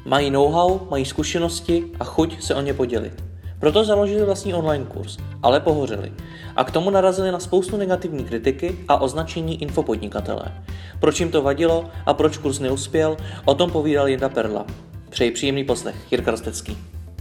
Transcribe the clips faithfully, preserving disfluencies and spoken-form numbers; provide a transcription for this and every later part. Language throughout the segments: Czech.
Mají know-how, mají zkušenosti a chuť se o ně podělit. Proto založili vlastní online kurz, ale pohořeli. A k tomu narazili na spoustu negativní kritiky a označení infopodnikatele. Proč jim to vadilo a proč kurz neuspěl, o tom povídal Jirka Perla. Přeji příjemný poslech. Jirka Rostecký.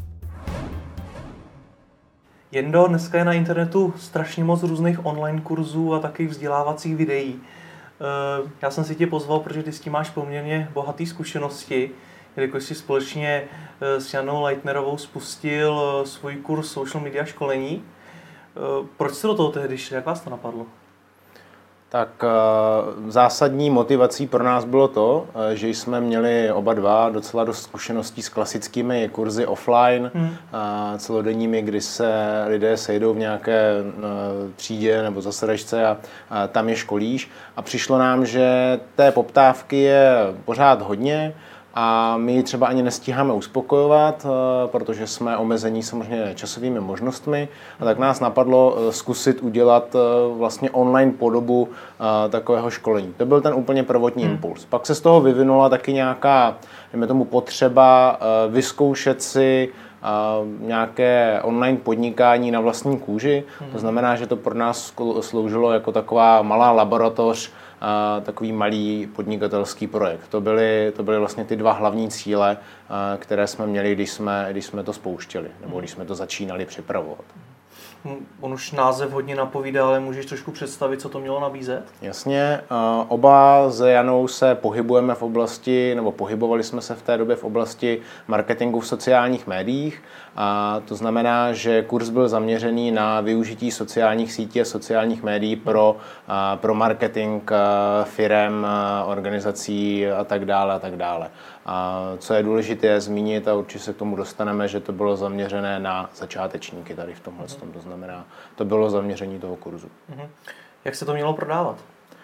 Jendo, dneska je na internetu strašně moc různých online kurzů a taky vzdělávacích videí. Já jsem si tě pozval, protože ty s tím máš poměrně bohaté zkušenosti, jelikož si společně s Janou Leitnerovou spustil svůj kurz social media školení. Proč jste do toho tehdy šli? Jak vás to napadlo? Tak zásadní motivací pro nás bylo to, že jsme měli oba dva docela dost zkušeností s klasickými kurzy offline, hmm. celodenními, kdy se lidé sejdou v nějaké třídě nebo zasedačce a tam je školíš. A přišlo nám, že té poptávky je pořád hodně, a my ji třeba ani nestíháme uspokojovat, protože jsme omezení samozřejmě časovými možnostmi. A tak nás napadlo zkusit udělat vlastně online podobu takového školení. To byl ten úplně prvotní hmm. impuls. Pak se z toho vyvinula taky nějaká, dejme tomu, potřeba vyzkoušet si nějaké online podnikání na vlastní kůži. Hmm. To znamená, že to pro nás sloužilo jako taková malá laboratoř, takový malý podnikatelský projekt. To byly, to byly vlastně ty dva hlavní cíle, které jsme měli, když jsme, když jsme to spouštěli, nebo když jsme to začínali připravovat. On už název hodně napovídá, ale můžeš trošku představit, co to mělo nabízet? Jasně. Oba s Janou se pohybujeme v oblasti, nebo pohybovali jsme se v té době v oblasti marketingu v sociálních médiích. A to znamená, že kurz byl zaměřený na využití sociálních sítí a sociálních médií pro, pro marketing firem, organizací a tak dále a tak dále. A co je důležité zmínit, a určitě se k tomu dostaneme, že to bylo zaměřené na začátečníky tady v tomhle. Mm. To znamená, to bylo zaměření toho kurzu. Mm. Jak se to mělo prodávat?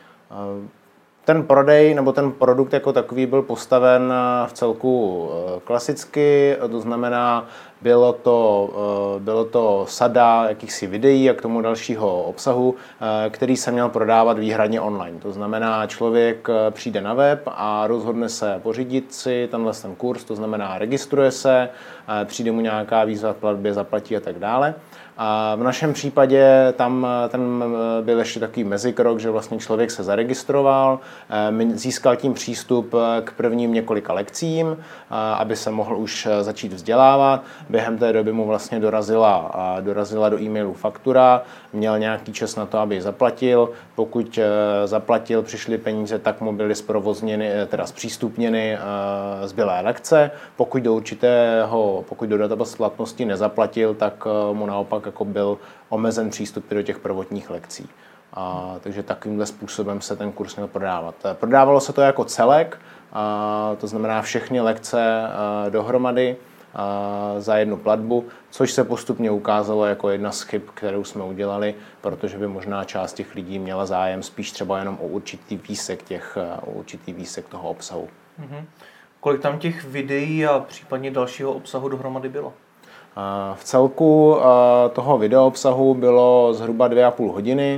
Ten prodej nebo ten produkt jako takový byl postaven v celku klasicky, to znamená, bylo to, bylo to sada jakýchsi videí a k tomu dalšího obsahu, který se měl prodávat výhradně online. To znamená, člověk přijde na web a rozhodne se pořídit si tenhle ten kurz, to znamená, registruje se, přijde mu nějaká výzva k platbě, zaplatí a tak dále. A v našem případě tam ten byl ještě takový mezikrok, že vlastně člověk se zaregistroval, získal tím přístup k prvním několika lekcím, aby se mohl už začít vzdělávat. Během té doby mu vlastně dorazila, dorazila do e-mailu faktura, měl nějaký čas na to, aby ji zaplatil. Pokud zaplatil, přišly peníze, tak mu byly zprovozněny, teda zpřístupněny zbylé lekce. Pokud do určitého, pokud do databáze splatnosti nezaplatil, tak mu naopak jako byl omezen přístup do těch prvotních lekcí. A, takže takovýmhle způsobem se ten kurz měl prodávat. Prodávalo se to jako celek, a, to znamená všechny lekce a, dohromady a, za jednu platbu, což se postupně ukázalo jako jedna z chyb, kterou jsme udělali, protože by možná část těch lidí měla zájem spíš třeba jenom o určitý výsek, těch, o určitý výsek toho obsahu. Mm-hmm. Kolik tam těch videí a případně dalšího obsahu dohromady bylo? V celku toho video obsahu bylo zhruba dvě a půl hodiny,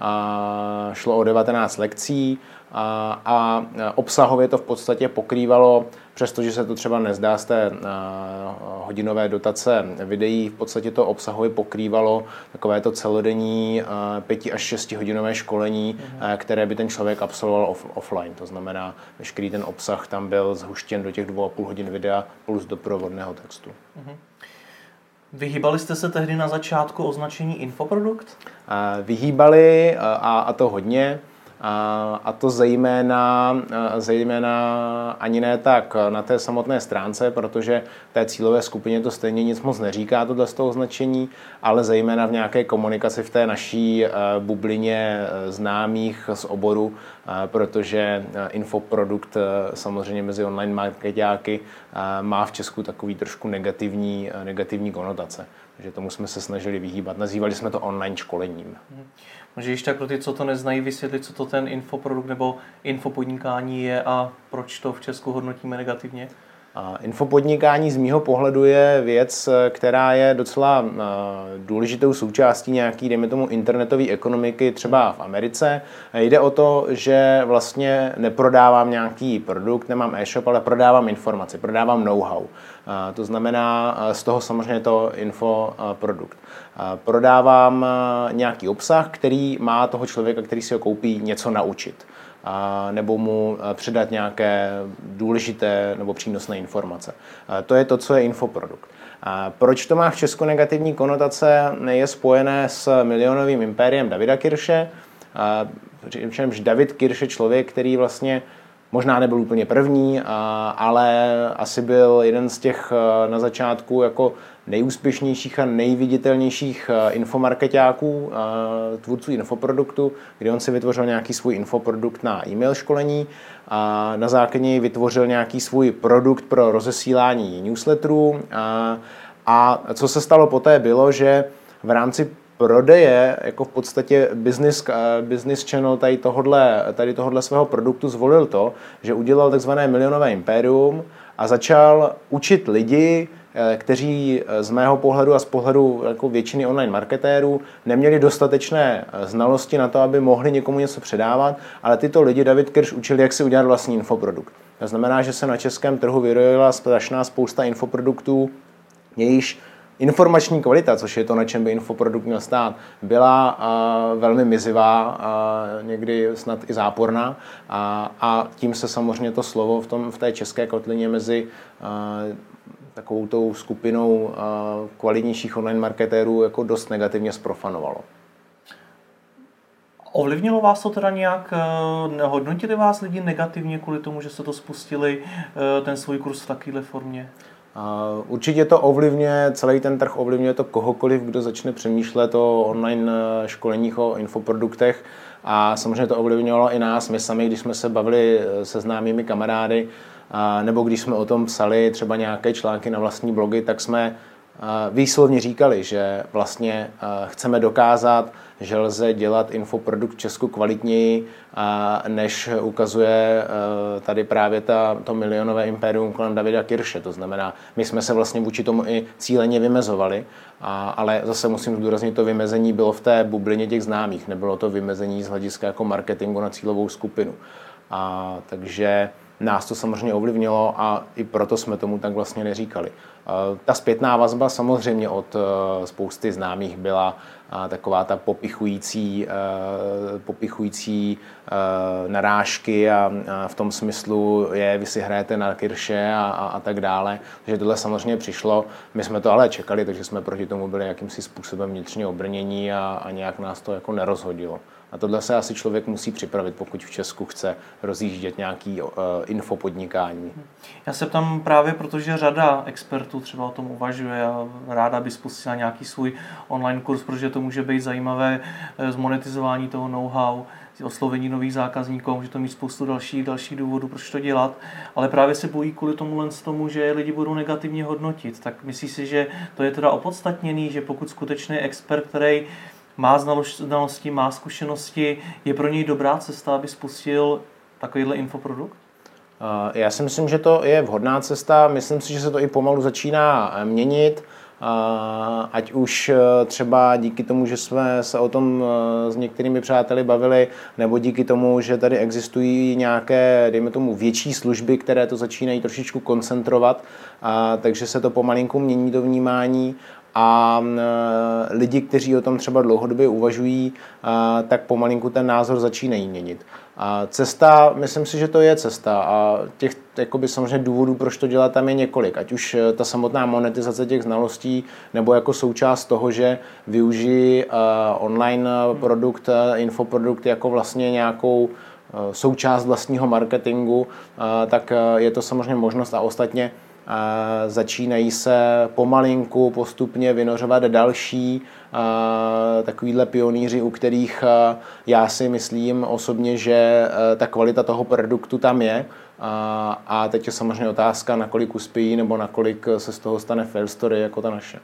a šlo o devatenáct lekcí a, a obsahově to v podstatě pokrývalo, přestože se to třeba nezdá z té hodinové dotace videí, v podstatě to obsahově pokrývalo takové to celodenní pěti až šesti hodinové školení, mm-hmm. které by ten člověk absolvoval off, offline. To znamená, veškerý ten obsah tam byl zhuštěn do těch dvou a půl hodin videa plus doprovodného textu. Mm-hmm. Vyhýbali jste se tehdy na začátku označení infoprodukt? Vyhýbali a, a to hodně. A, a to zejména, zejména ani ne tak na té samotné stránce, protože té cílové skupině to stejně nic moc neříká, tohle z toho označení, ale zejména v nějaké komunikaci v té naší bublině známých z oboru, protože infoprodukt samozřejmě mezi online marketáky má v Česku takový trošku negativní, negativní konotace. Takže tomu jsme se snažili vyhýbat. Nazývali jsme to online školením. Můžeš tak pro ty, co to neznají, vysvětlit, co to ten infoprodukt nebo infopodnikání je a proč to v Česku hodnotíme negativně? Infopodnikání z mýho pohledu je věc, která je docela důležitou součástí nějaký, dejme tomu, internetové ekonomiky třeba v Americe. Jde o to, že vlastně neprodávám nějaký produkt, nemám e-shop, ale prodávám informaci, prodávám know-how. To znamená, z toho samozřejmě to infoprodukt. Prodávám nějaký obsah, který má toho člověka, který si ho koupí, něco naučit. A nebo mu předat nějaké důležité nebo přínosné informace. A to je to, co je infoprodukt. A proč to má v Česku negativní konotace, je spojené s milionovým impériem Davida Kirsche. Přičemž David Kirsch je člověk, který vlastně možná nebyl úplně první, ale asi byl jeden z těch na začátku jako nejúspěšnějších a nejviditelnějších infomarketáků, tvůrců infoproduktu, kdy on si vytvořil nějaký svůj infoprodukt na e-mail školení a na základě něj vytvořil nějaký svůj produkt pro rozesílání newsletterů. A, a co se stalo poté bylo, že v rámci prodeje, jako v podstatě business, business channel tady tohodle, tady tohodle svého produktu zvolil to, že udělal takzvané milionové impérium a začal učit lidi, kteří z mého pohledu a z pohledu jako většiny online marketérů neměli dostatečné znalosti na to, aby mohli někomu něco předávat, ale tyto lidi David Kirsch učil, jak si udělat vlastní infoprodukt. To znamená, že se na českém trhu vyrojila strašná spousta infoproduktů, jejíž informační kvalita, což je to, na čem by infoprodukt měl stát, byla uh, velmi mizivá, uh, někdy snad i záporná a, a tím se samozřejmě to slovo v, tom, v té české kotlině mezi uh, takovou tou skupinou uh, kvalitnějších online marketérů jako dost negativně zprofanovalo. Ovlivnilo vás to teda nějak, hodnotili vás lidi negativně kvůli tomu, že jste to spustili, ten svůj kurz v takovéhle formě? Určitě to ovlivňuje, celý ten trh ovlivňuje to kohokoliv, kdo začne přemýšlet o online školeních, o infoproduktech a samozřejmě to ovlivňovalo i nás. My sami, když jsme se bavili se známými kamarády nebo když jsme o tom psali třeba nějaké články na vlastní blogy, tak jsme výslovně říkali, že vlastně chceme dokázat, že lze dělat infoprodukt v Česku kvalitněji, než ukazuje tady právě ta, to milionové impérium kolem Davida Kirsche. To znamená, my jsme se vlastně vůči tomu i cíleně vymezovali, ale zase musím zdůraznit, to vymezení bylo v té bublině těch známých, nebylo to vymezení z hlediska jako marketingu na cílovou skupinu. A, takže nás to samozřejmě ovlivnilo a i proto jsme tomu tak vlastně neříkali. Ta zpětná vazba samozřejmě od spousty známých byla taková ta popichující, popichující narážky a v tom smyslu je, vy si hrajete na Kirsche a, a, a tak dále. Takže tohle samozřejmě přišlo. My jsme to ale čekali, takže jsme proti tomu byli jakýmsi způsobem vnitřně obrnění a, a nějak nás to jako nerozhodilo. A tohle se asi člověk musí připravit, pokud v Česku chce rozjíždět nějaký uh, infopodnikání. Já se ptám právě, protože řada expertů třeba o tom uvažuje a ráda by spustila nějaký svůj online kurz, protože to může být zajímavé zmonetizování toho know-how, oslovení nových zákazníků, může to mít spoustu dalších, dalších důvodů, proč to dělat, ale právě se bojí kvůli tomu, tomu, že lidi budou negativně hodnotit. Tak myslíš si, že to je teda opodstatněný, že pokud skutečný expert, který má znalosti, má zkušenosti, je pro něj dobrá cesta, aby spustil takovýhle infoprodukt? Já si myslím, že to je vhodná cesta. Myslím si, že se to i pomalu začíná měnit. Ať už třeba díky tomu, že jsme se o tom s některými přáteli bavili, nebo díky tomu, že tady existují nějaké, dejme tomu, větší služby, které to začínají trošičku koncentrovat, takže se to pomalinku mění do vnímání. A lidi, kteří o tom třeba dlouhodobě uvažují, tak pomalinku ten názor začínají měnit. A cesta, myslím si, že to je cesta a těch jakoby, samozřejmě důvodů, proč to dělat, tam je několik. Ať už ta samotná monetizace těch znalostí, nebo jako součást toho, že využiji online produkt, infoprodukt jako vlastně nějakou součást vlastního marketingu, tak je to samozřejmě možnost a ostatně začínají se pomalinku postupně vynořovat další takovýhle pionýři, u kterých já si myslím osobně, že ta kvalita toho produktu tam je. A teď je samozřejmě otázka, nakolik uspějí nebo nakolik se z toho stane fail story jako ta naše.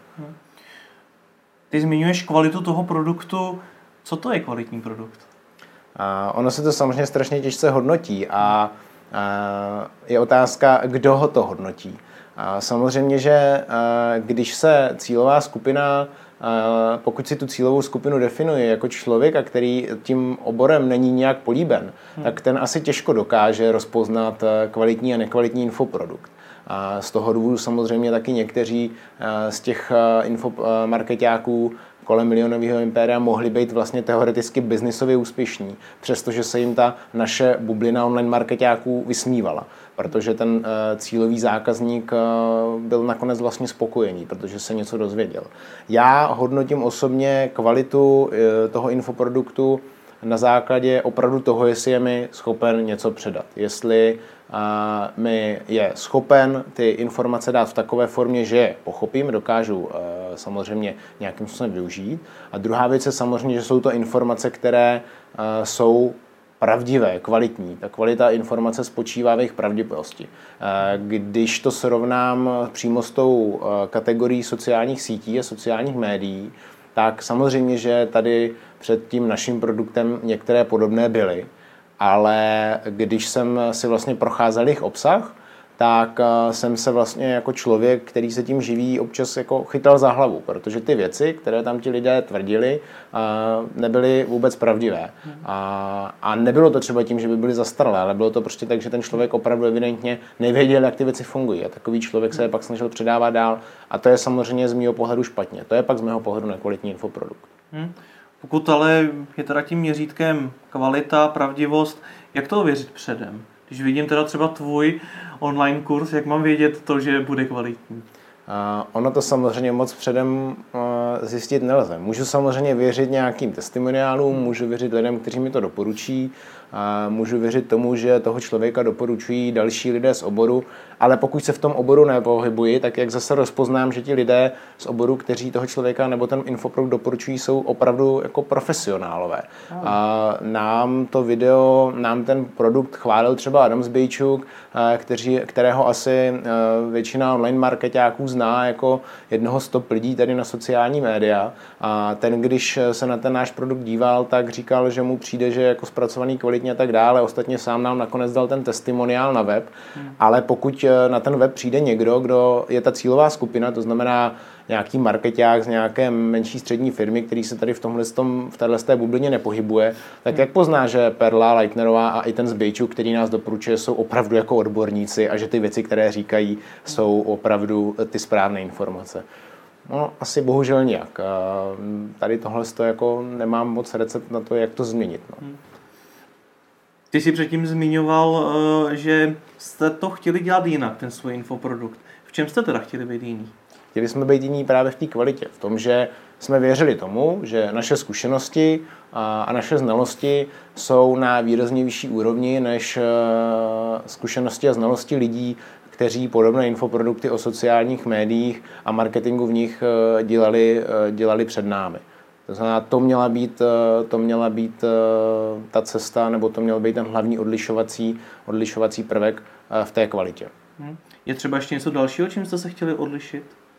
Ty zmiňuješ kvalitu toho produktu. Co to je kvalitní produkt? Ono se to samozřejmě strašně těžce hodnotí a Je otázka, kdo ho to hodnotí. Samozřejmě, že když se cílová skupina, pokud si tu cílovou skupinu definuje jako člověka, který tím oborem není nějak políben, hmm. tak ten asi těžko dokáže rozpoznat kvalitní a nekvalitní infoprodukt. A z toho důvodu samozřejmě taky někteří z těch infomarketáků kolem milionového impéria mohli být vlastně teoreticky biznisově úspěšní, přestože se jim ta naše bublina online marketáků vysmívala, protože ten uh, cílový zákazník uh, byl nakonec vlastně spokojený, protože se něco dozvěděl. Já hodnotím osobně kvalitu uh, toho infoproduktu na základě opravdu toho, jestli je mi schopen něco předat. Jestli uh, mi je schopen ty informace dát v takové formě, že je pochopím, dokážu uh, samozřejmě nějakým způsobem využít. A druhá věc je samozřejmě, že jsou to informace, které uh, jsou pravdivé, kvalitní. Ta kvalita informace spočívá v jejich pravdivosti. Když to srovnám přímo s tou kategorií sociálních sítí a sociálních médií, tak samozřejmě, že tady před tím naším produktem některé podobné byly, ale když jsem si vlastně procházel jejich obsah, tak jsem se vlastně jako člověk, který se tím živí, občas jako chytal za hlavu, protože ty věci, které tam ti lidé tvrdili, nebyly vůbec pravdivé. A, a nebylo to třeba tím, že by byly zastaralé, ale bylo to prostě tak, že ten člověk opravdu evidentně nevěděl, jak ty věci fungují. A takový člověk se je pak snažil předávat dál. A to je samozřejmě z mého pohledu špatně. To je pak z mého pohledu nekvalitní infoprodukt. Hmm. Pokud ale je teda tím měřítkem kvalita, pravdivost, jak to ověřit předem? Když vidím teda třeba tvůj online kurz, jak mám vědět to, že bude kvalitní? Uh, ono to samozřejmě moc předem uh, zjistit nelze. Můžu samozřejmě věřit nějakým testimoniálům, můžu věřit lidem, kteří mi to doporučí, uh, můžu věřit tomu, že toho člověka doporučují další lidé z oboru, ale pokud se v tom oboru nepohybuji, tak jak zase rozpoznám, že ti lidé z oboru, kteří toho člověka nebo ten infoprodukt doporučují, jsou opravdu jako profesionálové. Uh, nám to video, nám ten produkt chválil třeba Adam Zbejčuk, uh, kteří, kterého asi uh, většina online marketáků zná jako jednoho z top lidí tady na sociální média. A ten, když se na ten náš produkt díval, tak říkal, že mu přijde, že je jako zpracovaný kvalitně a tak dále. Ostatně sám nám nakonec dal ten testimoniál na web. Hmm. Ale pokud na ten web přijde někdo, kdo je ta cílová skupina, to znamená nějaký marketák z nějaké menší střední firmy, který se tady v tomhle v této bublině nepohybuje, tak jak pozná, že Perla Leitnerová a i ten Zbejčuk, který nás doporučuje, jsou opravdu jako odborníci a že ty věci, které říkají, jsou opravdu ty správné informace? No, asi bohužel nějak. Tady tohle jako nemám moc recept na to, jak to změnit. No. Ty jsi předtím zmiňoval, že jste to chtěli dělat jinak, ten svůj infoprodukt. V čem jste teda chtěli být jiný? Chtěli jsme být jiní právě v té kvalitě, v tom, že jsme věřili tomu, že naše zkušenosti a naše znalosti jsou na výrazně vyšší úrovni než zkušenosti a znalosti lidí, kteří podobné infoprodukty o sociálních médiích a marketingu v nich dělali, dělali před námi. To znamená, to měla být, to měla být ta cesta, nebo to měl být ten hlavní odlišovací, odlišovací prvek v té kvalitě. Je třeba ještě něco dalšího, čím jste se chtěli odlišit?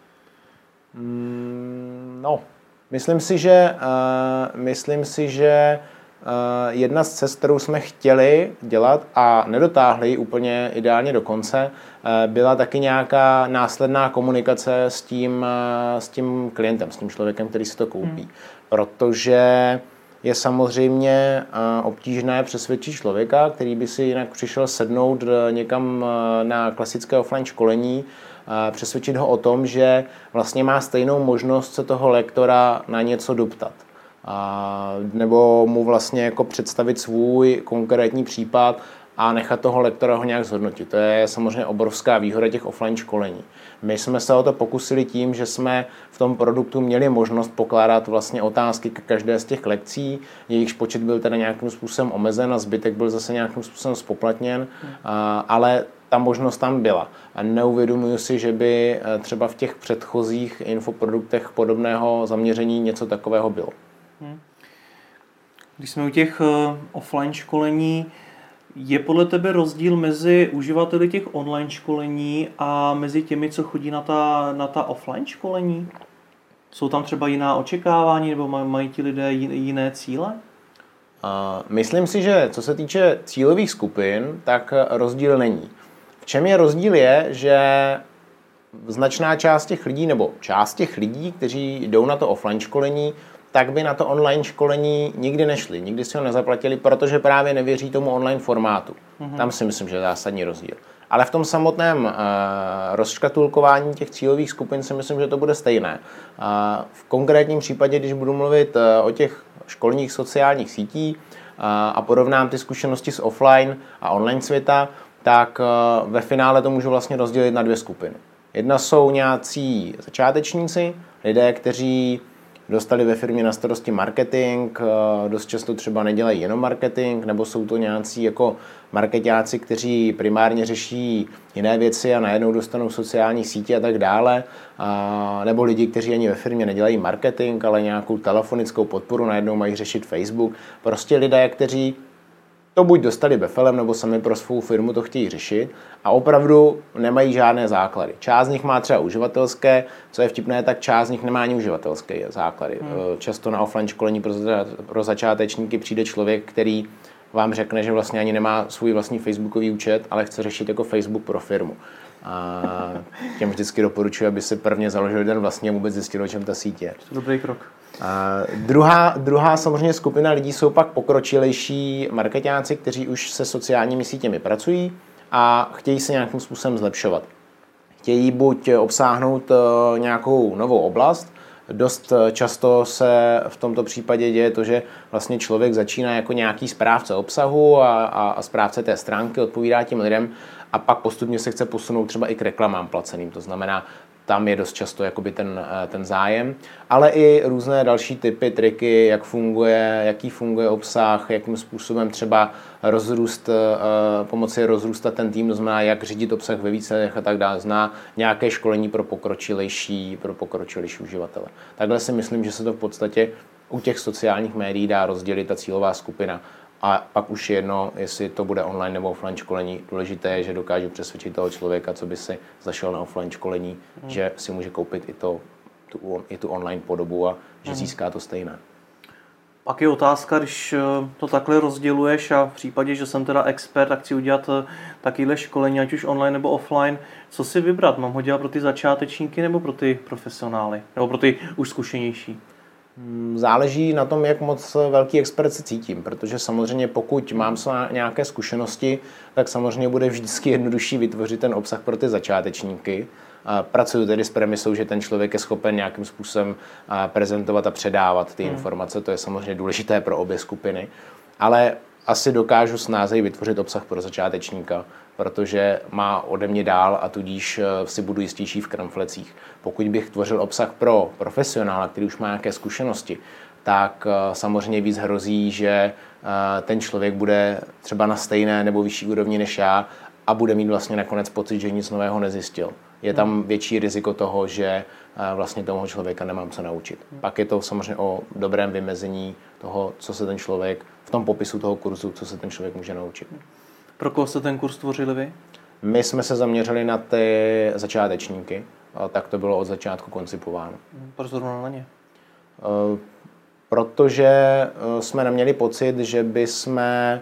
No, myslím si, že, uh, myslím si, že uh, jedna z cest, kterou jsme chtěli dělat a nedotáhli úplně ideálně do konce, uh, byla taky nějaká následná komunikace s tím, uh, s tím klientem, s tím člověkem, který si to koupí. Hmm. Protože je samozřejmě uh, obtížné přesvědčit člověka, který by si jinak přišel sednout někam uh, na klasické offline školení, přesvědčit ho o tom, že vlastně má stejnou možnost se toho lektora na něco doptat. A, nebo mu vlastně jako představit svůj konkrétní případ a nechat toho lektora ho nějak zhodnotit. To je samozřejmě obrovská výhoda těch offline školení. My jsme se o to pokusili tím, že jsme v tom produktu měli možnost pokládat vlastně otázky k každé z těch lekcí. Jejichž počet byl teda nějakým způsobem omezen a zbytek byl zase nějakým způsobem spoplatněn, hmm. ale ta možnost tam byla. A neuvědomuji si, že by třeba v těch předchozích infoproduktech podobného zaměření něco takového bylo. Hmm. Když jsme u těch offline školení, je podle tebe rozdíl mezi uživateli těch online školení a mezi těmi, co chodí na ta, na ta offline školení? Jsou tam třeba jiná očekávání nebo mají ti lidé jiné cíle? Myslím si, že co se týče cílových skupin, tak rozdíl není. V čem je rozdíl je, že značná část těch lidí, nebo část těch lidí, kteří jdou na to offline školení, tak by na to online školení nikdy nešli, nikdy si ho nezaplatili, protože právě nevěří tomu online formátu. Mm-hmm. Tam si myslím, že je zásadní rozdíl. Ale v tom samotném uh, rozškatulkování těch cílových skupin si myslím, že to bude stejné. Uh, v konkrétním případě, když budu mluvit uh, o těch školních sociálních sítí uh, a porovnám ty zkušenosti z offline a online světa, tak uh, ve finále to můžu vlastně rozdělit na dvě skupiny. Jedna jsou nějací začátečníci, lidé, kteří dostali ve firmě na starosti marketing, dost často třeba nedělají jenom marketing, nebo jsou to nějací jako marketáci, kteří primárně řeší jiné věci a najednou dostanou sociální sítě a tak dále, a, nebo lidi, kteří ani ve firmě nedělají marketing, ale nějakou telefonickou podporu, najednou mají řešit Facebook. Prostě lidé, kteří to buď dostali befelem, nebo sami pro svou firmu to chtějí řešit a opravdu nemají žádné základy. Část z nich má třeba uživatelské, co je vtipné, tak část z nich nemá ani uživatelské základy. Hmm. Často na offline školení pro začátečníky přijde člověk, který vám řekne, že vlastně ani nemá svůj vlastní facebookový účet, ale chce řešit jako Facebook pro firmu. A těm vždycky doporučuji, aby si prvně založili ten vlastní a vůbec zjistil, o čem ta síť je. Dobrý krok. A druhá, druhá samozřejmě skupina lidí jsou pak pokročilejší marketáci, kteří už se sociálními sítěmi pracují a chtějí se nějakým způsobem zlepšovat. Chtějí buď obsáhnout nějakou novou oblast, dost často se v tomto případě děje to, že vlastně člověk začíná jako nějaký správce obsahu a, a, a správce té stránky, odpovídá těm lidem a pak postupně se chce posunout třeba i k reklamám placeným, to znamená, tam je dost často jakoby ten, ten zájem, ale i různé další typy, triky, jak funguje, jaký funguje obsah, jakým způsobem třeba rozrůst, pomoci rozrůstat ten tým, to znamená, jak řídit obsah ve více a tak dále, zná nějaké školení pro pokročilejší, pro pokročilejší uživatele. Takhle si myslím, že se to v podstatě u těch sociálních médií dá rozdělit ta cílová skupina. A pak už je jedno, jestli to bude online nebo offline školení. Důležité je, že dokážu přesvědčit toho člověka, co by si zašel na offline školení, hmm. že si může koupit i, to, tu, i tu online podobu a že hmm. získá to stejné. Pak je otázka, když to takhle rozděluješ a v případě, že jsem teda expert, tak chci udělat takovéhle školení, ať už online nebo offline, co si vybrat? Mám ho dělat pro ty začátečníky nebo pro ty profesionály? Nebo pro ty už zkušenější? Záleží na tom, jak moc velký expert se cítím, protože samozřejmě pokud mám nějaké zkušenosti, tak samozřejmě bude vždycky jednodušší vytvořit ten obsah pro ty začátečníky. Pracuji tedy s premisou, že ten člověk je schopen nějakým způsobem prezentovat a předávat ty hmm. informace, to je samozřejmě důležité pro obě skupiny, ale asi dokážu snáze vytvořit obsah pro začátečníka, protože má ode mě dál a tudíž si budu jistější v kramflecích. Pokud bych tvořil obsah pro profesionála, který už má nějaké zkušenosti, tak samozřejmě víc hrozí, že ten člověk bude třeba na stejné nebo vyšší úrovni než já a bude mít vlastně nakonec pocit, že nic nového nezjistil. Je tam větší riziko toho, že vlastně toho člověka nemám co naučit. Pak je to samozřejmě o dobrém vymezení toho, co se ten člověk v tom popisu toho kurzu, co se ten člověk může naučit. Pro koho jste ten kurz tvořili vy? My jsme se zaměřili na ty začátečníky, a tak to bylo od začátku koncipováno. Proč zrovna na ně? Protože jsme neměli pocit, že by jsme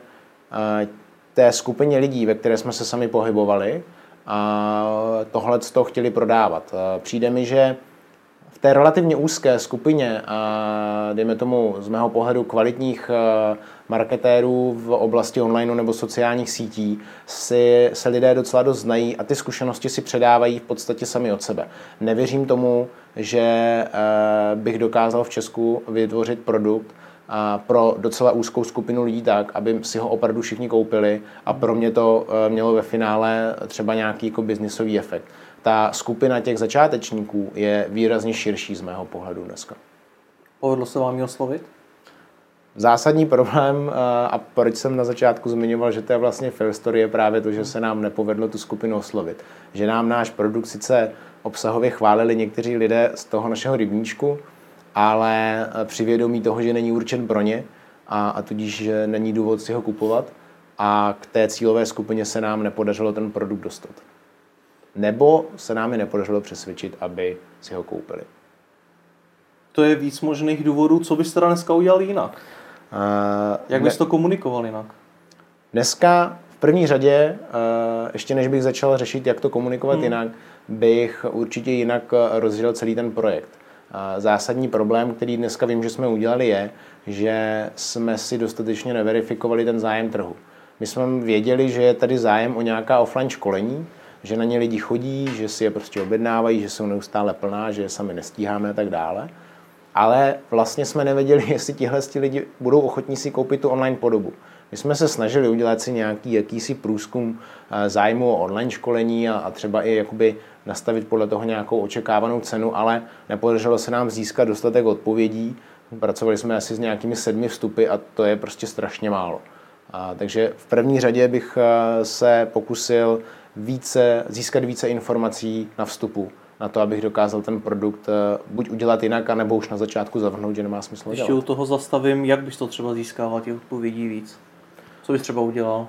té skupině lidí, ve které jsme se sami pohybovali, a tohle to chtěli prodávat. Přijde mi, že v té relativně úzké skupině, dejme tomu z mého pohledu kvalitních marketérů v oblasti online nebo sociálních sítí, si, se lidé docela dost znají a ty zkušenosti si předávají v podstatě sami od sebe. Nevěřím tomu, že bych dokázal v Česku vytvořit produkt pro docela úzkou skupinu lidí tak, aby si ho opravdu všichni koupili a pro mě to mělo ve finále třeba nějaký jako biznisový efekt. Ta skupina těch začátečníků je výrazně širší z mého pohledu dneska. Povedlo se vám ji oslovit? Zásadní problém, a proč jsem na začátku zmiňoval, že to je vlastně fail story, je právě to, že se nám nepovedlo tu skupinu oslovit. Že nám náš produkt sice obsahově chválili někteří lidé z toho našeho rybníčku, ale při vědomí toho, že není určen pro ně a, a tudíž, že není důvod si ho kupovat a k té cílové skupině se nám nepodařilo ten produkt dostat. Nebo se nám je nepodařilo přesvědčit, aby si ho koupili. To je víc možných důvodů, co byste teda dneska udělali jinak? Jak bys to komunikoval jinak? Dneska v první řadě, ještě než bych začal řešit, jak to komunikovat hmm. jinak, bych určitě jinak rozdělil celý ten projekt. Zásadní problém, který dneska vím, že jsme udělali, je, že jsme si dostatečně neverifikovali ten zájem trhu. My jsme věděli, že je tady zájem o nějaká offline školení, že na ně lidi chodí, že si je prostě objednávají, že jsou neustále plná, že je sami nestíháme a tak dále. Ale vlastně jsme nevěděli, jestli tihle lidi budou ochotní si koupit tu online podobu. My jsme se snažili udělat si nějaký jakýsi průzkum zájmu o online školení a, a třeba i jakoby nastavit podle toho nějakou očekávanou cenu, ale nepodařilo se nám získat dostatek odpovědí. Pracovali jsme asi s nějakými sedmi vstupy a to je prostě strašně málo. A, takže v první řadě bych se pokusil více, získat více informací na vstupu, na to, abych dokázal ten produkt buď udělat jinak, anebo už na začátku zavrhnout, že nemá smysl dělat. Ještě u toho zastavím, jak bys to třeba získával těch odpovědí víc? Co bys třeba udělal?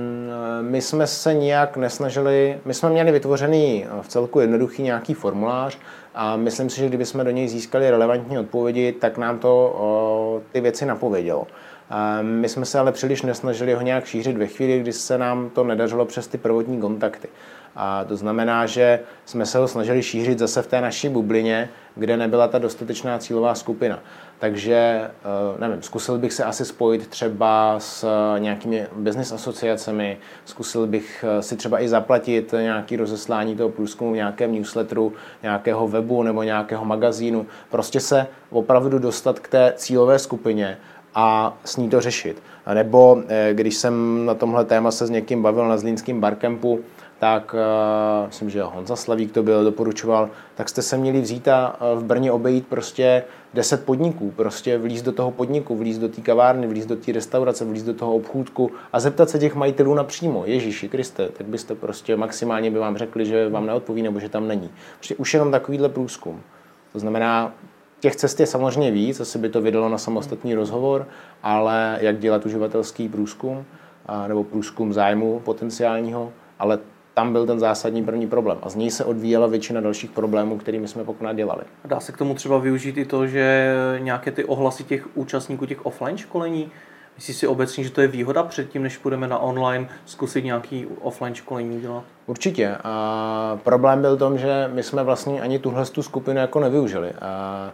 My jsme se nijak nesnažili, my jsme měli vytvořený v celku jednoduchý nějaký formulář a myslím si, že kdybychom do něj získali relevantní odpovědi, tak nám to o, ty věci napovědělo. My jsme se ale příliš nesnažili ho nějak šířit ve chvíli, kdy se nám to nedařilo přes ty prvotní kontakty. A to znamená, že jsme se ho snažili šířit zase v té naší bublině, kde nebyla ta dostatečná cílová skupina. Takže, nevím, zkusil bych se asi spojit třeba s nějakými business asociacemi, zkusil bych si třeba i zaplatit nějaké rozeslání toho průzkumu v nějakém newsletteru, nějakého webu nebo nějakého magazínu. Prostě se opravdu dostat k té cílové skupině a s ní to řešit. A nebo když jsem na tomhle téma se s někým bavil na zlínském barcampu, tak uh, myslím, že Honza Slavík to byl, doporučoval, tak jste se měli vzít a v Brně obejít prostě deset podniků, prostě vlízt do toho podniku, vlízt do té kavárny, vlízt do té restaurace, vlízt do toho obchůdku a zeptat se těch majitelů napřímo, Ježíši Kriste, tak byste prostě maximálně by vám řekli, že vám neodpoví nebo že tam není. Prostě už jenom takovýhle průzkum. To znamená, těch cest je samozřejmě víc, asi by to vydalo na samostatný rozhovor, ale jak dělat uživatelský průzkum nebo průzkum zájmu potenciálního, ale tam byl ten zásadní první problém a z něj se odvíjela většina dalších problémů, kterými jsme pokud dělali. Dá se k tomu třeba využít i to, že nějaké ty ohlasy těch účastníků těch offline školení, myslíš si obecně, že to je výhoda předtím, než půjdeme na online zkusit nějaký offline školení dělat? Určitě. A problém byl v tom, že my jsme vlastně ani tuhle tu skupinu jako nevyužili. A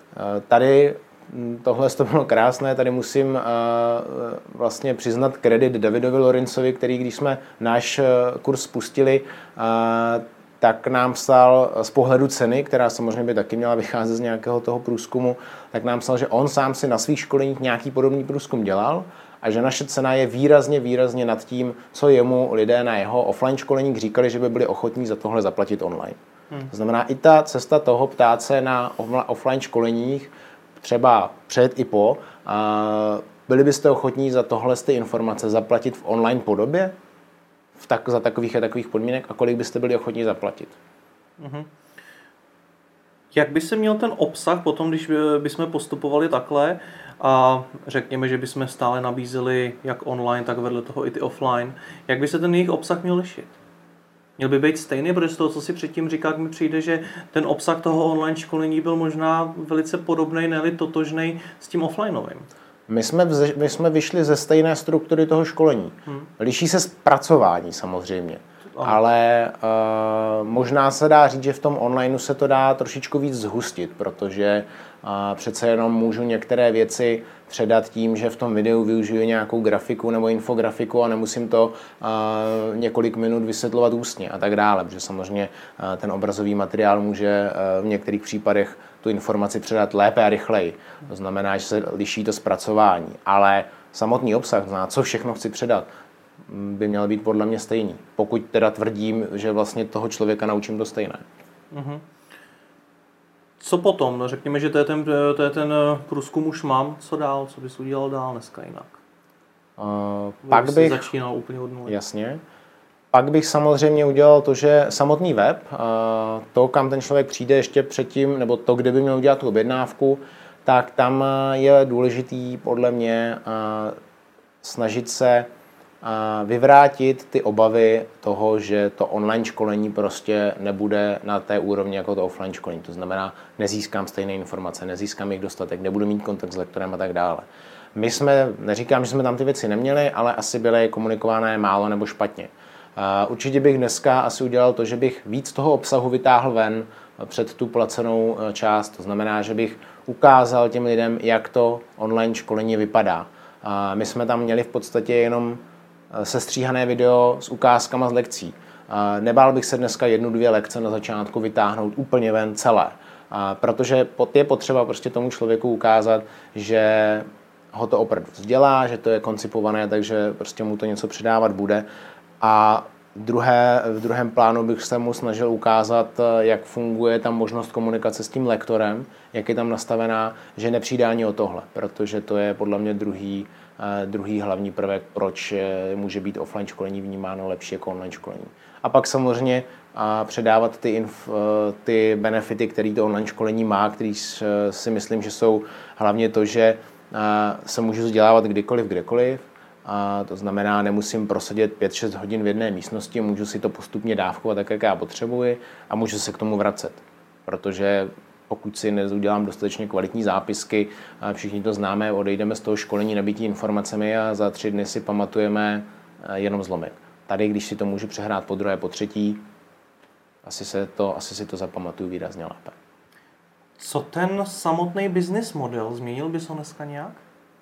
tady tohle to bylo krásné, tady musím uh, vlastně přiznat kredit Davidovi Lorincovi, který když jsme náš uh, kurz spustili, uh, tak nám psal z pohledu ceny, která samozřejmě by taky měla vycházet z nějakého toho průzkumu, tak nám psal, že on sám si na svých školeních nějaký podobný průzkum dělal a že naše cena je výrazně, výrazně nad tím, co jemu lidé na jeho offline školení říkali, že by byli ochotní za tohle zaplatit online. Hmm. To znamená, i ta cesta toho ptát se na offline školeních třeba před i po. A byli byste ochotní za tohle ty informace zaplatit v online podobě? V tak, za takových a takových podmínek? A kolik byste byli ochotní zaplatit? Uh-huh. Jak by se měl ten obsah potom, když bychom postupovali takhle a řekněme, že bychom stále nabízeli jak online, tak vedle toho i ty offline, jak by se ten jejich obsah měl lišit? Měl by být stejný, protože z toho, co si předtím říkal, mi přijde, že ten obsah toho online školení byl možná velice podobný, ne-li totožný s tím offlineovým. My jsme, vze, my jsme vyšli ze stejné struktury toho školení. Hmm. Liší se zpracování samozřejmě, Aha. ale uh, možná se dá říct, že v tom onlineu se to dá trošičku víc zhustit, protože uh, přece jenom můžu některé věci předat tím, že v tom videu využiju nějakou grafiku nebo infografiku a nemusím to uh, několik minut vysvětlovat ústně a tak dále, protože samozřejmě uh, ten obrazový materiál může uh, v některých případech tu informaci předat lépe a rychleji. To znamená, že se liší to zpracování, ale samotný obsah, zná, co všechno chci předat, by měl být podle mě stejný. Pokud teda tvrdím, že vlastně toho člověka naučím to stejné. Uh-huh. Co potom? No, řekněme, že to je, ten, to je ten průzkum už mám. Co dál? Co bys udělal dál dneska jinak? Uh, pak bych začínal úplně od nuly. Jasně. Pak bych samozřejmě udělal to, že samotný web, to, kam ten člověk přijde ještě předtím, nebo to, kde by měl udělat tu objednávku, tak tam je důležitý podle mě snažit se vyvrátit ty obavy toho, že to online školení prostě nebude na té úrovni jako to offline školení. To znamená, nezískám stejné informace, nezískám jich dostatek, nebudu mít kontakt s lektorem a tak dále. My jsme, neříkám, že jsme tam ty věci neměli, ale asi byly komunikované málo nebo špatně. Určitě bych dneska asi udělal to, že bych víc toho obsahu vytáhl ven před tu placenou část. To znamená, že bych ukázal těm lidem, jak to online školení vypadá. My jsme tam měli v podstatě jenom sestříhané video s ukázkama z lekcí. Nebál bych se dneska jednu, dvě lekce na začátku vytáhnout úplně ven celé. Protože je potřeba prostě tomu člověku ukázat, že ho to opravdu vzdělá, že to je koncipované, takže prostě mu to něco přidávat bude. A druhé, v druhém plánu bych se mu snažil ukázat, jak funguje tam možnost komunikace s tím lektorem, jak je tam nastavená, že nepřijde ani o tohle, protože to je podle mě druhý, druhý hlavní prvek, proč může být offline školení vnímáno lepší jako online školení. A pak samozřejmě předávat ty, inf, ty benefity, které to online školení má, který si myslím, že jsou hlavně to, že se můžu vzdělávat kdykoliv, kdekoliv. A to znamená, nemusím prosedět pět šest hodin v jedné místnosti, můžu si to postupně dávkovat tak, jak já potřebuji a můžu se k tomu vracet. Protože pokud si neudělám dostatečně kvalitní zápisky, všichni to známe, odejdeme z toho školení nabití informacemi a za tři dny si pamatujeme jenom zlomek. Tady, když si to můžu přehrát po druhé, po třetí, asi, se to, asi si to zapamatuju výrazně lépe. Co ten samotný business model? Změnil bys ho dneska nějak?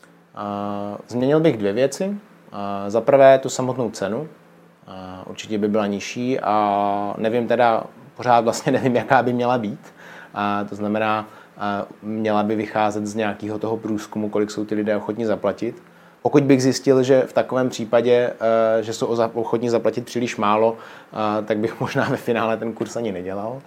Změnil bych dvě věci. Za prvé tu samotnou cenu. Určitě by byla nižší a nevím teda, pořád vlastně nevím, jaká by měla být. To znamená, měla by vycházet z nějakého toho průzkumu, kolik jsou ty lidé ochotní zaplatit. Pokud bych zjistil, že v takovém případě, že jsou ochotní zaplatit příliš málo, tak bych možná ve finále ten kurz ani nedělal.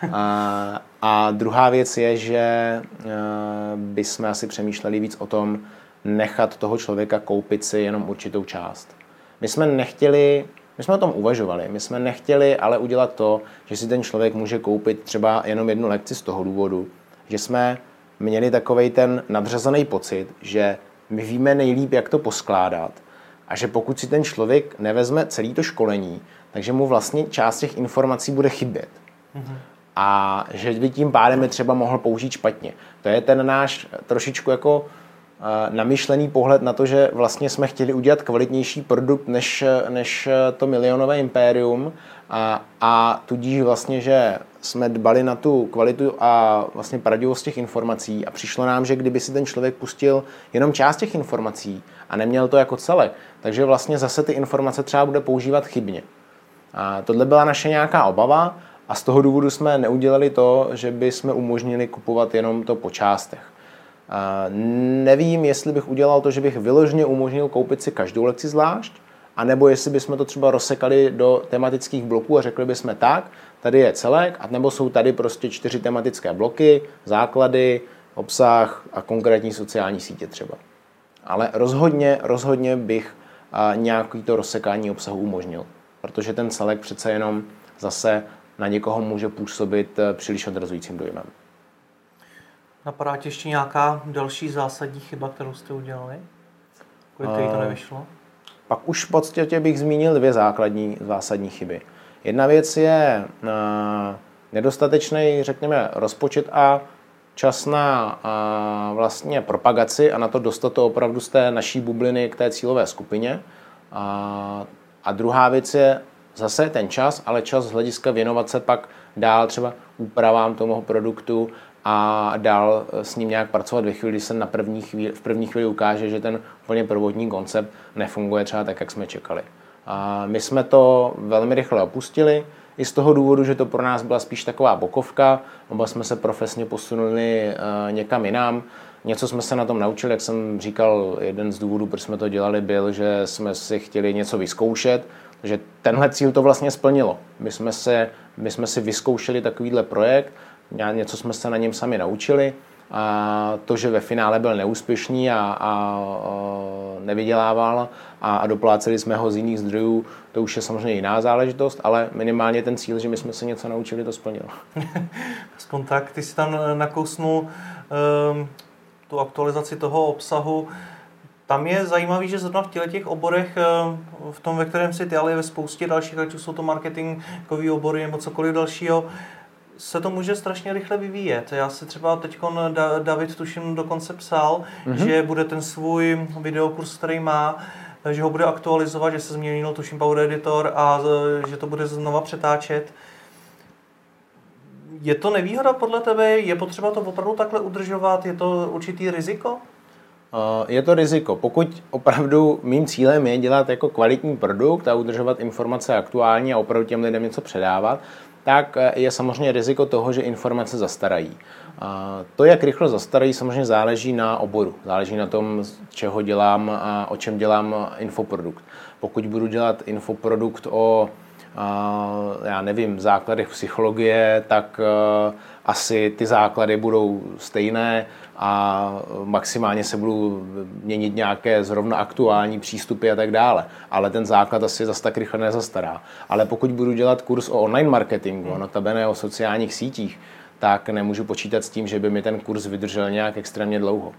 A druhá věc je, že bychom asi přemýšleli víc o tom, nechat toho člověka koupit si jenom určitou část. My jsme nechtěli, my jsme o tom uvažovali, my jsme nechtěli ale udělat to, že si ten člověk může koupit třeba jenom jednu lekci z toho důvodu, že jsme měli takovej ten nadřazený pocit, že my víme nejlíp, jak to poskládat a že pokud si ten člověk nevezme celý to školení, takže mu vlastně část těch informací bude chybět. Mm-hmm. A že by tím pádem je třeba mohl použít špatně. To je ten náš trošičku jako namyšlený pohled na to, že vlastně jsme chtěli udělat kvalitnější produkt než, než to milionové impérium a, a tudíž vlastně, že jsme dbali na tu kvalitu a vlastně pravdivost těch informací a přišlo nám, že kdyby si ten člověk pustil jenom část těch informací a neměl to jako celek, takže vlastně zase ty informace třeba bude používat chybně. A tohle byla naše nějaká obava a z toho důvodu jsme neudělali to, že by jsme umožnili kupovat jenom to po částech. Nevím, jestli bych udělal to, že bych vyloženě umožnil koupit si každou lekci zvlášť, anebo jestli bychom to třeba rozsekali do tematických bloků a řekli bychom tak, tady je celek, a nebo jsou tady prostě čtyři tematické bloky, základy, obsah a konkrétní sociální sítě třeba. Ale rozhodně, rozhodně bych nějaký to rozsekání obsahu umožnil, protože ten celek přece jenom zase na někoho může působit příliš odrazujícím dojmem. Napadá ti ještě nějaká další zásadní chyba, kterou jste udělali? Kvůli který to nevyšlo? Pak už v podstatě bych zmínil dvě základní zásadní chyby. Jedna věc je uh, nedostatečný, řekněme, rozpočet a čas na uh, vlastně propagaci a na to dostat to opravdu z té naší bubliny k té cílové skupině. Uh, a druhá věc je zase ten čas, ale čas z hlediska věnovat se pak dál třeba úpravám toho produktu a dál s ním nějak pracovat ve chvíli, kdy se na první chvíli, v první chvíli ukáže, že ten úplně prvotní koncept nefunguje třeba tak, jak jsme čekali. A my jsme to velmi rychle opustili, i z toho důvodu, že to pro nás byla spíš taková bokovka, oba jsme se profesně posunuli někam jinam. Něco jsme se na tom naučili, jak jsem říkal, jeden z důvodů, proč jsme to dělali, byl, že jsme si chtěli něco vyzkoušet, že tenhle cíl to vlastně splnilo. My jsme, se, my jsme si vyzkoušeli takovýhle projekt, něco jsme se na něm sami naučili a to, že ve finále byl neúspěšný a, a, a nevydělával a, a dopláceli jsme ho z jiných zdrojů, to už je samozřejmě jiná záležitost, ale minimálně ten cíl, že my jsme se něco naučili, to splnilo. Aspoň tak, ty si tam nakousnul um, tu aktualizaci toho obsahu. Tam je zajímavý, že zrovna v těch oborech, v tom, ve kterém si ty, ale je ve spoustě dalších, ať už jsou to marketingové obory nebo cokoliv dalšího, se to může strašně rychle vyvíjet. Já si třeba teď David tuším dokonce psal, mm-hmm. že bude ten svůj videokurs, který má, že ho bude aktualizovat, že se změnil tuším Power Editor a že to bude znova přetáčet. Je to nevýhoda podle tebe? Je potřeba to opravdu takhle udržovat? Je to určitý riziko? Je to riziko. Pokud opravdu mým cílem je dělat jako kvalitní produkt a udržovat informace aktuální a opravdu těm lidem něco předávat, tak je samozřejmě riziko toho, že informace zastarají. To, jak rychle zastarají, samozřejmě záleží na oboru. Záleží na tom, z čeho dělám a o čem dělám infoprodukt. Pokud budu dělat infoprodukt o já nevím, základech psychologie, tak asi ty základy budou stejné a maximálně se budou měnit nějaké zrovna aktuální přístupy a tak dále. Ale ten základ asi zase tak rychle nezastará. Ale pokud budu dělat kurz o online marketingu, hmm. notabene o sociálních sítích, tak nemůžu počítat s tím, že by mi ten kurz vydržel nějak extrémně dlouho.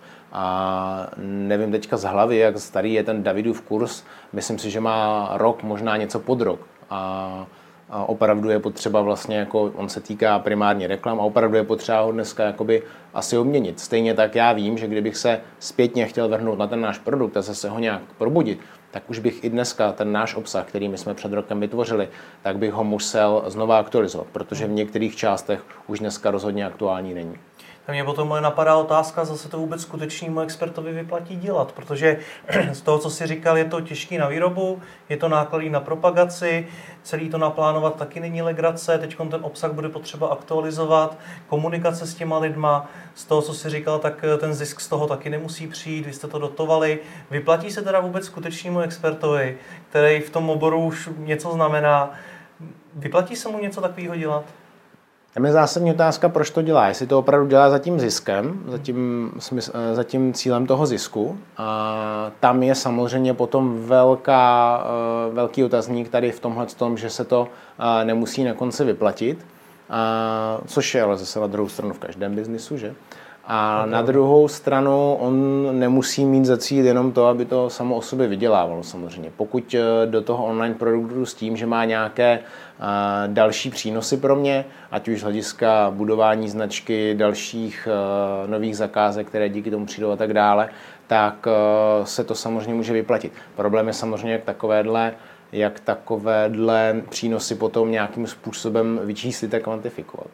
A nevím teďka z hlavy, jak starý je ten Davidův kurz. Myslím si, že má rok, možná něco pod rok. A a opravdu je potřeba vlastně, jako on se týká primárně reklam a opravdu je potřeba ho dneska jakoby asi obměnit. Stejně tak já vím, že kdybych se zpětně chtěl vrhnout na ten náš produkt a zase ho nějak probudit, tak už bych i dneska ten náš obsah, který my jsme před rokem vytvořili, tak bych ho musel znova aktualizovat, protože v některých částech už dneska rozhodně aktuální není. Tak mě potom moje napadá otázka, zase to vůbec skutečnému expertovi vyplatí dělat, protože z toho, co jsi říkal, je to těžký na výrobu, je to nákladný na propagaci, celý to naplánovat taky není legrace, teď ten obsah bude potřeba aktualizovat, komunikace s těma lidma, z toho, co jsi říkal, tak ten zisk z toho taky nemusí přijít, vy jste to dotovali. Vyplatí se teda vůbec skutečnému expertovi, který v tom oboru už něco znamená, vyplatí se mu něco takového dělat? Tam je zásadní otázka, proč to dělá. Jestli to opravdu dělá za tím ziskem, za tím, za tím cílem toho zisku. A tam je samozřejmě potom velká, velký otazník tady v tomhle tom, že se to nemusí na konci vyplatit. A, což je ale zase na druhou stranu v každém biznisu, že? A okay. Na druhou stranu on nemusí mít za cíl jenom to, aby to samo o sobě vydělávalo samozřejmě. Pokud do toho online produktu s tím, že má nějaké uh, další přínosy pro mě, ať už z hlediska budování značky, dalších uh, nových zakázek, které díky tomu přijdou a tak dále, tak uh, se to samozřejmě může vyplatit. Problém je samozřejmě, jak takovéhle, jak takovéhle přínosy potom nějakým způsobem vyčíslit a kvantifikovat.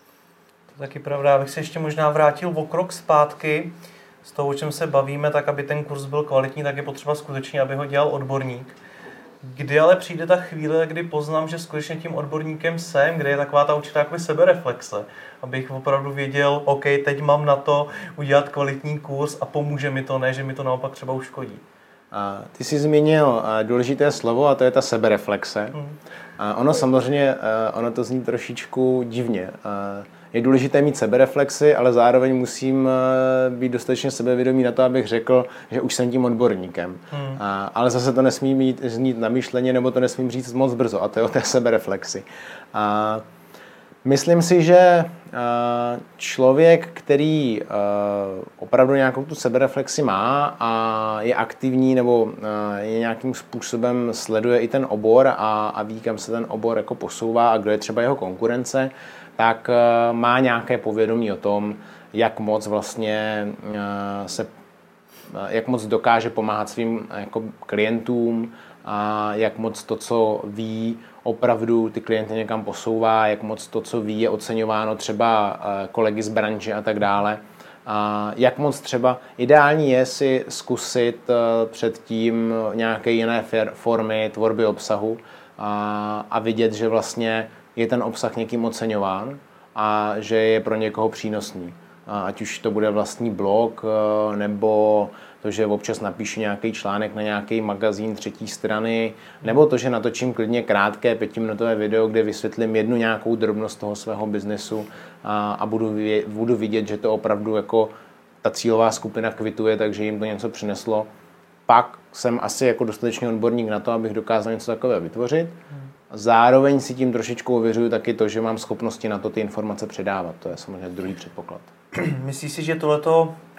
Taky pravda, abych se ještě možná vrátil o krok zpátky. Z toho, o čem se bavíme, tak aby ten kurz byl kvalitní, tak je potřeba skutečně, aby ho dělal odborník. Kdy ale přijde ta chvíle, kdy poznám, že skutečně tím odborníkem jsem, kde je taková ta určitá jakoby sebereflexe, abych opravdu věděl, OK, teď mám na to udělat kvalitní kurz a pomůže mi to, ne, že mi to naopak třeba uškodí. A ty jsi zmínil důležité slovo a to je ta sebereflexe. Hmm. A ono samozřejmě, ono to zní trošičku divně. Je důležité mít sebereflexy, ale zároveň musím být dostatečně sebevědomý na to, abych řekl, že už jsem tím odborníkem. Hmm. A, ale zase to nesmí mít, znít namyšleně, nebo to nesmím říct moc brzo, a to je o té sebereflexi. A myslím si, že člověk, který opravdu nějakou tu sebereflexi má a je aktivní nebo je nějakým způsobem sleduje i ten obor a, a ví, kam se ten obor jako posouvá a kdo je třeba jeho konkurence, tak má nějaké povědomí o tom, jak moc vlastně se, jak moc dokáže pomáhat svým jako klientům a jak moc to, co ví, opravdu ty klienty někam posouvá, jak moc to, co ví, je oceňováno třeba kolegy z branže a tak dále. A jak moc třeba ideální je si zkusit předtím nějaké jiné formy tvorby obsahu a, a vidět, že vlastně je ten obsah někým oceňován a že je pro někoho přínosný. Ať už to bude vlastní blog, nebo to, že občas napíšu nějaký článek na nějaký magazín třetí strany, nebo to, že natočím klidně krátké pětiminutové video, kde vysvětlím jednu nějakou drobnost toho svého biznesu a, a budu, budu vidět, že to opravdu jako ta cílová skupina kvituje, takže jim to něco přineslo. Pak jsem asi jako dostatečný odborník na to, abych dokázal něco takového vytvořit. Zároveň si tím trošičku ověřuju taky to, že mám schopnosti na to ty informace předávat. To je samozřejmě druhý předpoklad. Myslíš si, že tohleto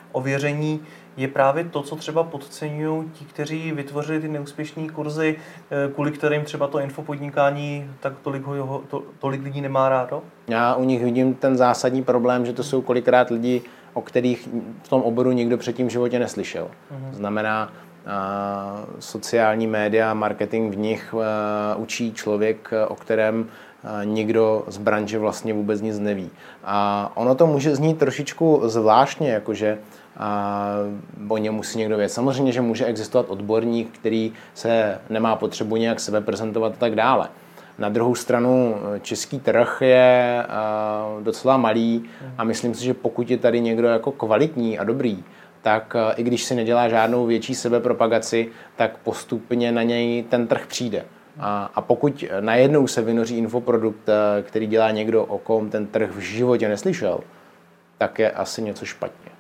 ověření je právě to, co třeba podceňují ti, kteří vytvořili ty neúspěšné kurzy, kvůli kterým třeba to infopodnikání tak tolik, ho, to, tolik lidí nemá rádo? Já u nich vidím ten zásadní problém, že to jsou kolikrát lidi, o kterých v tom oboru nikdo předtím v životě neslyšel. Mm-hmm. Znamená, a, sociální média, marketing v nich a, učí člověk, o kterém a, nikdo z branže vlastně vůbec nic neví. A ono to může znít trošičku zvláštně, jakože a o něm musí někdo vědět. Samozřejmě, že může existovat odborník, který se nemá potřebu nějak sebe prezentovat a tak dále. Na druhou stranu český trh je docela malý a myslím si, že pokud je tady někdo jako kvalitní a dobrý, tak i když si nedělá žádnou větší sebepropagaci, tak postupně na něj ten trh přijde. A, a pokud najednou se vynoří infoprodukt, který dělá někdo, o kom ten trh v životě neslyšel, tak je asi něco špatně.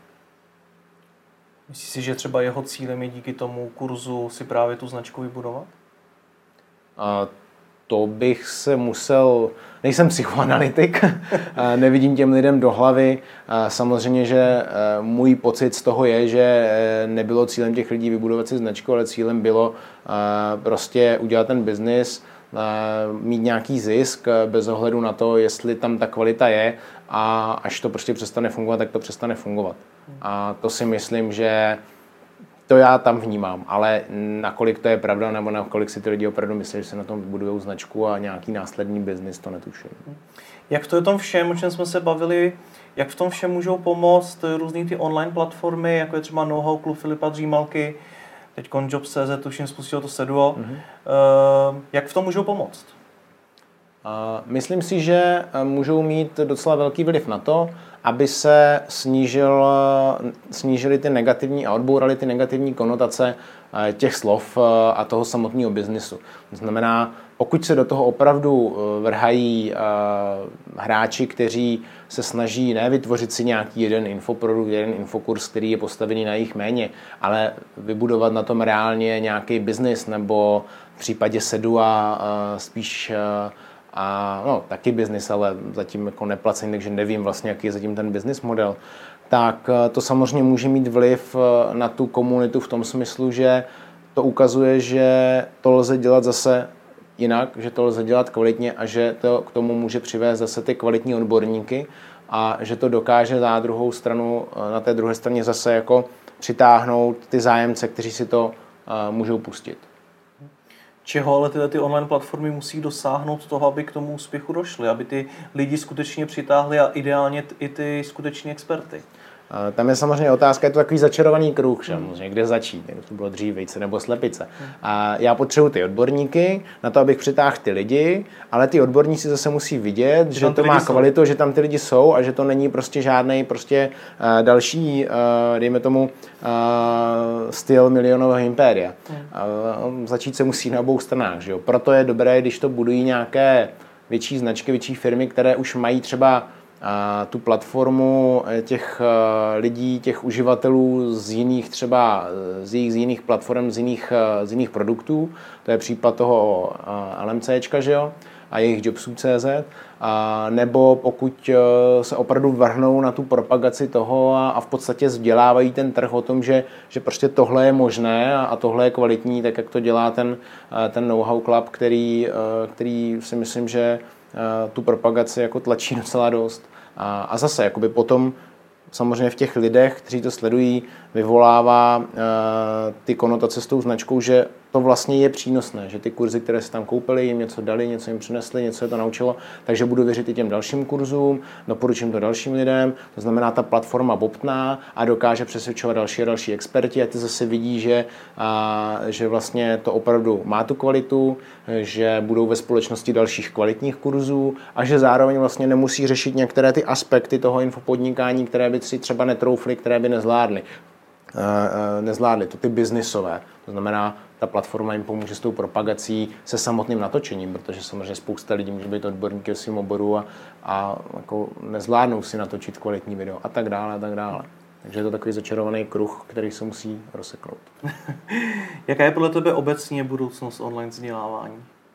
Myslíš si, že třeba jeho cílem je díky tomu kurzu si právě tu značku vybudovat? A to bych se musel... Nejsem psychoanalytik, nevidím těm lidem do hlavy. Samozřejmě, že můj pocit z toho je, že nebylo cílem těch lidí vybudovat si značku, ale cílem bylo prostě udělat ten biznis, mít nějaký zisk bez ohledu na to, jestli tam ta kvalita je, a až to prostě přestane fungovat, tak to přestane fungovat. A to si myslím, že to já tam vnímám, ale nakolik to je pravda, nebo nakolik si ty lidi opravdu myslí, že se na tom budujou značku a nějaký následný biznis, to netuším. Jak to je tom všem, o čem jsme se bavili, jak v tom všem můžou pomoct různý ty online platformy, jako je třeba Know-how Klub Filipa Dřímalky, teď Jobs tečka cé zet, tuším spustilo to Seduo. Mm-hmm. Jak v tom můžou pomoct? Myslím si, že můžou mít docela velký vliv na to, aby se snížil, snížily ty negativní a odbouraly ty negativní konotace těch slov a toho samotného biznisu. To znamená, pokud se do toho opravdu vrhají hráči, kteří se snaží ne vytvořit si nějaký jeden infoprodukt, jeden infokurs, který je postavený na jejich méně, ale vybudovat na tom reálně nějaký biznis, nebo v případě Sedua spíš a no, taky biznis, ale zatím jako neplacený, takže nevím vlastně, jaký je zatím ten business model, tak to samozřejmě může mít vliv na tu komunitu v tom smyslu, že to ukazuje, že to lze dělat zase jinak, že to lze dělat kvalitně a že to k tomu může přivést zase ty kvalitní odborníky a že to dokáže na druhou stranu, na té druhé straně zase jako přitáhnout ty zájemce, kteří si to uh, můžou pustit. Čeho ale tyhle ty online platformy musí dosáhnout toho, aby k tomu úspěchu došly, aby ty lidi skutečně přitáhli a ideálně i ty skuteční experty? Tam je samozřejmě otázka, je to takový začarovaný kruh, samozřejmě, kde začít, jak to bylo dřív, vejce nebo slepice. A já potřebuji ty odborníky na to, abych přitáhl ty lidi, ale ty odborníci zase musí vidět, že, že to má kvalitu, že tam ty lidi jsou a že to není prostě žádný prostě uh, další, uh, dejme tomu, uh, styl milionového impéria. Uh, začít se musí na obou stranách, že jo? Proto je dobré, když to budují nějaké větší značky, větší firmy, které už mají třeba a tu platformu těch lidí, těch uživatelů z jiných třeba z jejich z jiných platform, z jiných, z jiných produktů. To je případ toho LMCčka, že jo, a jejich Jobsů tečka cé zet. A nebo pokud se opravdu vrhnou na tu propagaci toho a, a v podstatě vzdělávají ten trh o tom, že, že prostě tohle je možné a, a tohle je kvalitní, tak jak to dělá ten, ten Know-how Club, který, který si myslím, že tu propagaci jako tlačí docela dost. A, a zase jakoby potom samozřejmě v těch lidech, kteří to sledují, vyvolává uh, ty konotace s tou značkou, že to vlastně je přínosné, že ty kurzy, které se tam koupili, jim něco dali, něco jim přinesli, něco je to naučilo, takže budu věřit i těm dalším kurzům, doporučím to dalším lidem, to znamená, ta platforma bobtná a dokáže přesvědčovat další a další experti a ty zase vidí, že, uh, že vlastně to opravdu má tu kvalitu, že budou ve společnosti dalších kvalitních kurzů a že zároveň vlastně nemusí řešit některé ty aspekty toho infopodnikání, které by si třeba netroufly, které by nezvládly. nezvládli, to ty biznisové. To znamená, ta platforma jim pomůže s tou propagací, se samotným natočením, protože samozřejmě spousta lidí může být odborníky v svém oboru a, a jako nezvládnou si natočit kvalitní video a tak dále a tak dále. Takže je to takový začarovaný kruh, který se musí rozseknout. Jaká je podle tebe obecně budoucnost online vzdělávání?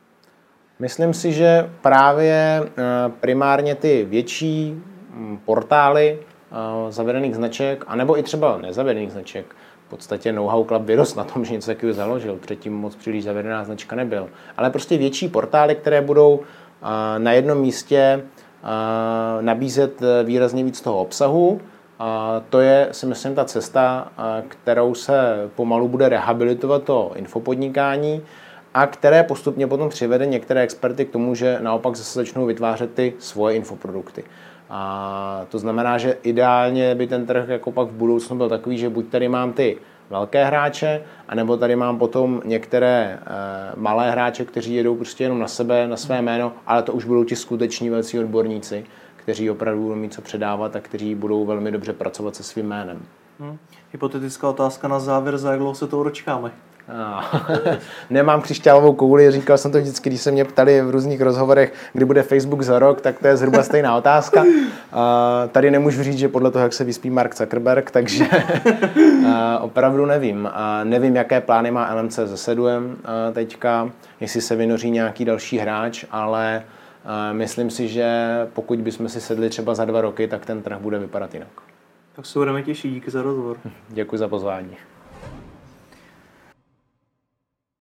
Myslím si, že právě primárně ty větší portály, zavedených značek, anebo i třeba nezavedených značek. V podstatě Know-how Club vyrost na tom, že něco takového založil. Předtím moc příliš zavedená značka nebyl. Ale prostě větší portály, které budou na jednom místě nabízet výrazně víc toho obsahu. A to je, si myslím, ta cesta, kterou se pomalu bude rehabilitovat to infopodnikání a které postupně potom přivede některé experty k tomu, že naopak zase začnou vytvářet ty svoje infoprodukty. A to znamená, že ideálně by ten trh jako pak v budoucnu byl takový, že buď tady mám ty velké hráče, anebo tady mám potom některé e, malé hráče, kteří jedou prostě jenom na sebe, na své jméno, ale to už budou ti skuteční velcí odborníci, kteří opravdu budou mít co předávat a kteří budou velmi dobře pracovat se svým jménem. Hmm. Hypotetická otázka na závěr, za jak dlouho se toho dočkáme? Nemám křišťálovou kouli, říkal jsem to vždycky, když se mě ptali v různých rozhovorech, kdy bude Facebook za rok, tak to je zhruba stejná otázka. Tady nemůžu říct, že podle toho, jak se vyspí Mark Zuckerberg, takže opravdu nevím. Nevím, jaké plány má L M C se Seduem teďka, jestli se vynoří nějaký další hráč, ale myslím si, že pokud bychom si sedli třeba za dva roky, tak ten trh bude vypadat jinak. Tak se budeme těšit, díky za rozhovor. Děkuji za pozvání.